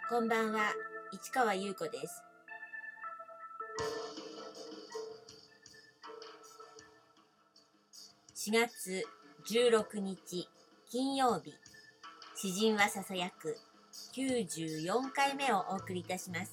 こんばんは、市川優子です。4月16日金曜日、詩人はささやく94回目をお送りいたします。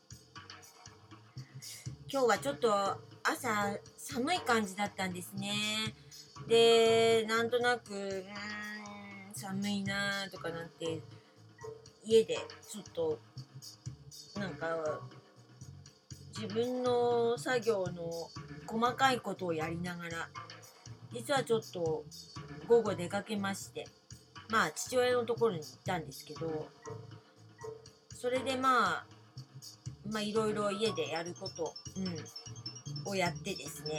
今日はちょっと朝寒い感じだったんですね。で、なんとなく寒いなとかなんて家でちょっとなんか自分の作業の細かいことをやりながら、実はちょっと午後出かけまして、父親のところに行ったんですけど、それでいろいろ家でやること、をやってですね、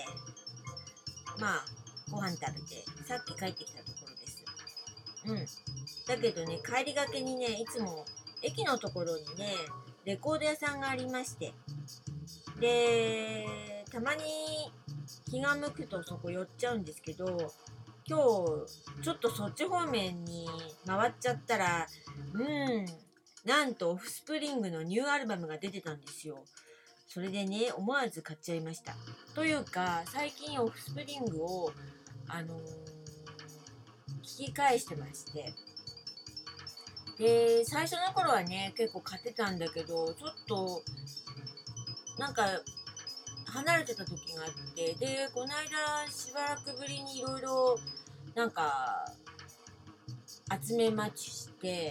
ご飯食べてさっき帰ってきたところです。だけどね、帰りがけにね、いつも駅のところにね、レコード屋さんがありまして、で、たまに気が向くとそこ寄っちゃうんですけど、今日ちょっとそっち方面に回っちゃったら、なんとオフスプリングのニューアルバムが出てたんですよ。それでね、思わず買っちゃいました。というか、最近オフスプリングを聞き返してまして、で、最初の頃はね、結構買ってたんだけど、ちょっとなんか離れてた時があって、でこの間しばらくぶりにいろいろなんか集め待ちして、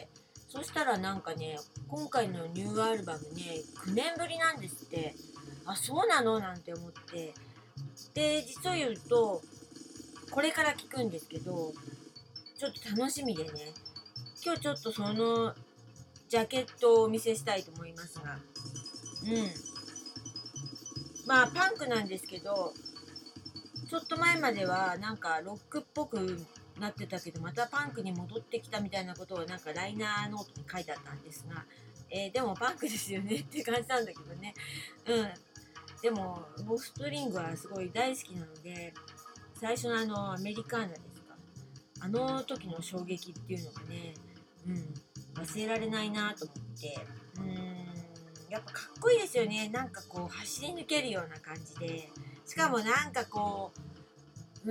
そしたらなんかね、今回のニューアルバムね、9年ぶりなんですって。あ、そうなのなんて思って、で実を言うとこれから聞くんですけど、ちょっと楽しみでね、今日ちょっとそのジャケットをお見せしたいと思いますが、パンクなんですけど、ちょっと前まではなんかロックっぽくなってたけど、またパンクに戻ってきたみたいなことをなんかライナーノートに書いてあったんですが、でもパンクですよねって感じなんだけどね。でもオフスプリングはすごい大好きなので、最初のアメリカーナですか、あの時の衝撃っていうのがね、忘れられないなと思って、やっぱかっこいいですよね。なんかこう走り抜けるような感じで、しかもなんかこう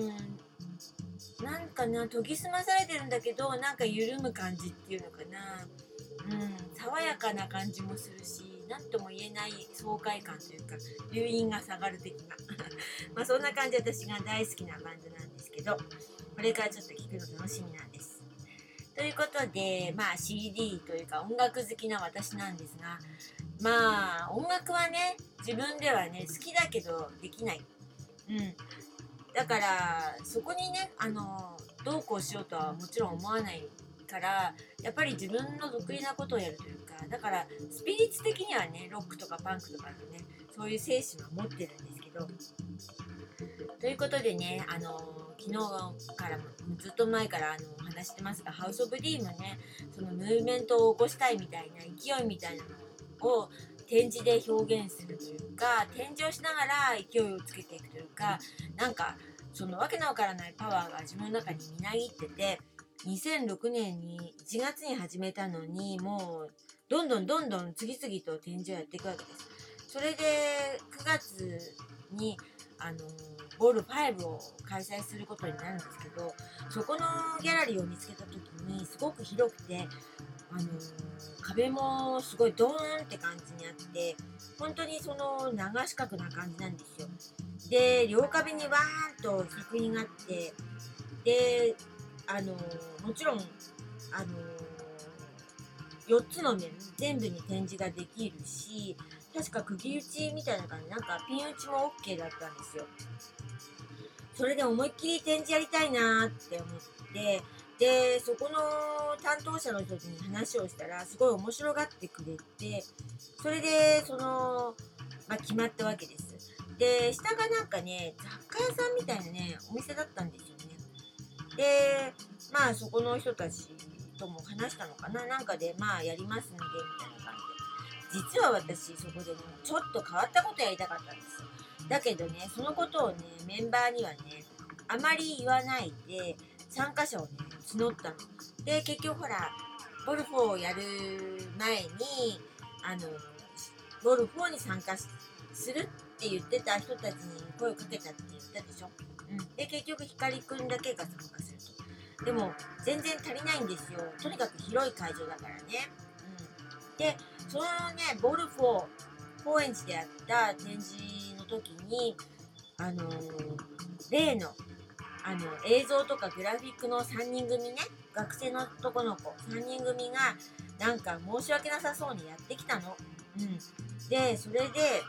なんかな、研ぎ澄まされてるんだけど、なんか緩む感じっていうのかな、爽やかな感じもするし、なんとも言えない爽快感というか、留飲が下がる的なそんな感じで私が大好きなバンドなんですけど、これからちょっと聴くの楽しみなんです。ということで、CD というか音楽好きな私なんですが、音楽はね、自分ではね、好きだけどできない。だからそこにね、どうこうしようとはもちろん思わないから、やっぱり自分の得意なことをやるというか、だからスピリッツ的にはね、ロックとかパンクとかのね、そういう精神は持ってるんですけど、ということでね、昨日からもずっと前から話してますが、ハウス・オブ・ディームね、そのムーブメントを起こしたいみたいな勢いみたいなのを展示で表現するというか、展示をしながら勢いをつけていくというか、なんかそのわけのわからないパワーが自分の中にみなぎってて、2006年に1月に始めたのに、もうどんどん次々と展示をやっていくわけです。それで9月にボール5を開催することになるんですけど、そこのギャラリーを見つけた時にすごく広くて、壁もすごいドーンって感じにあって、本当にその流し角な感じなんですよ。で、両壁にわーんと作品があって、で、もちろん、4つの面全部に展示ができるし、確か釘打ちみたいな感じ、なんかピン打ちも OK だったんですよ。それで思いっきり展示やりたいなって思って、でそこの担当者の人に話をしたらすごい面白がってくれて、それで決まったわけです。で下がなんかね、雑貨屋さんみたいなねお店だったんですよね。でそこの人たちとも話したのかな、なんかでやりますんでみたいな感じで、実は私そこでねちょっと変わったことやりたかったんです。だけどね、そのことをねメンバーにはねあまり言わないで参加者をね募ったので、結局ほらボル4をやる前にボル4に参加するって言ってた人たちに声をかけたって言ったでしょ。で結局光くんだけが参加すると。でも全然足りないんですよ。とにかく広い会場だからね。でそのねボル4高円寺でやった展示の時に例の映像とかグラフィックの3人組ね、学生の男の子3人組がなんか申し訳なさそうにやってきたの。でそれで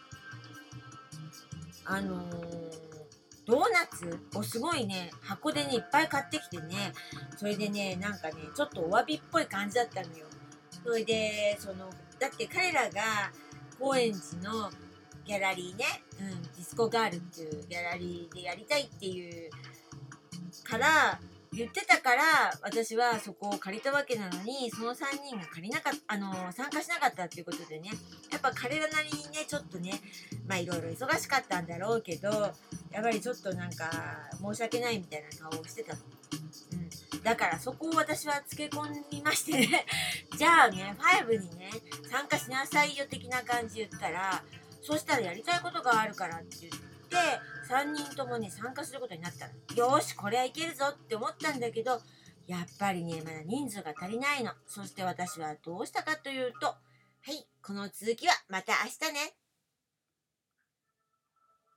ドーナツをすごいね箱でねいっぱい買ってきてね、それでねなんかねちょっとお詫びっぽい感じだったのよ。それでだって彼らが高円寺のギャラリーね、ディスコガールっていうギャラリーでやりたいっていうから言ってたから私はそこを借りたわけなのに、その3人が借りなかった参加しなかったっていうことでね、やっぱ彼らなりにねちょっとねいろいろ忙しかったんだろうけど、やっぱりちょっとなんか申し訳ないみたいな顔をしてたの。だからそこを私はつけ込みましてねじゃあね5にね参加しなさいよ的な感じ言ったら、そしたらやりたいことがあるからって言って3人ともね参加することになったの。よしこれはいけるぞって思ったんだけど、やっぱりねまだ人数が足りないの。そして私はどうしたかというと、はい、この続きはまた明日ね。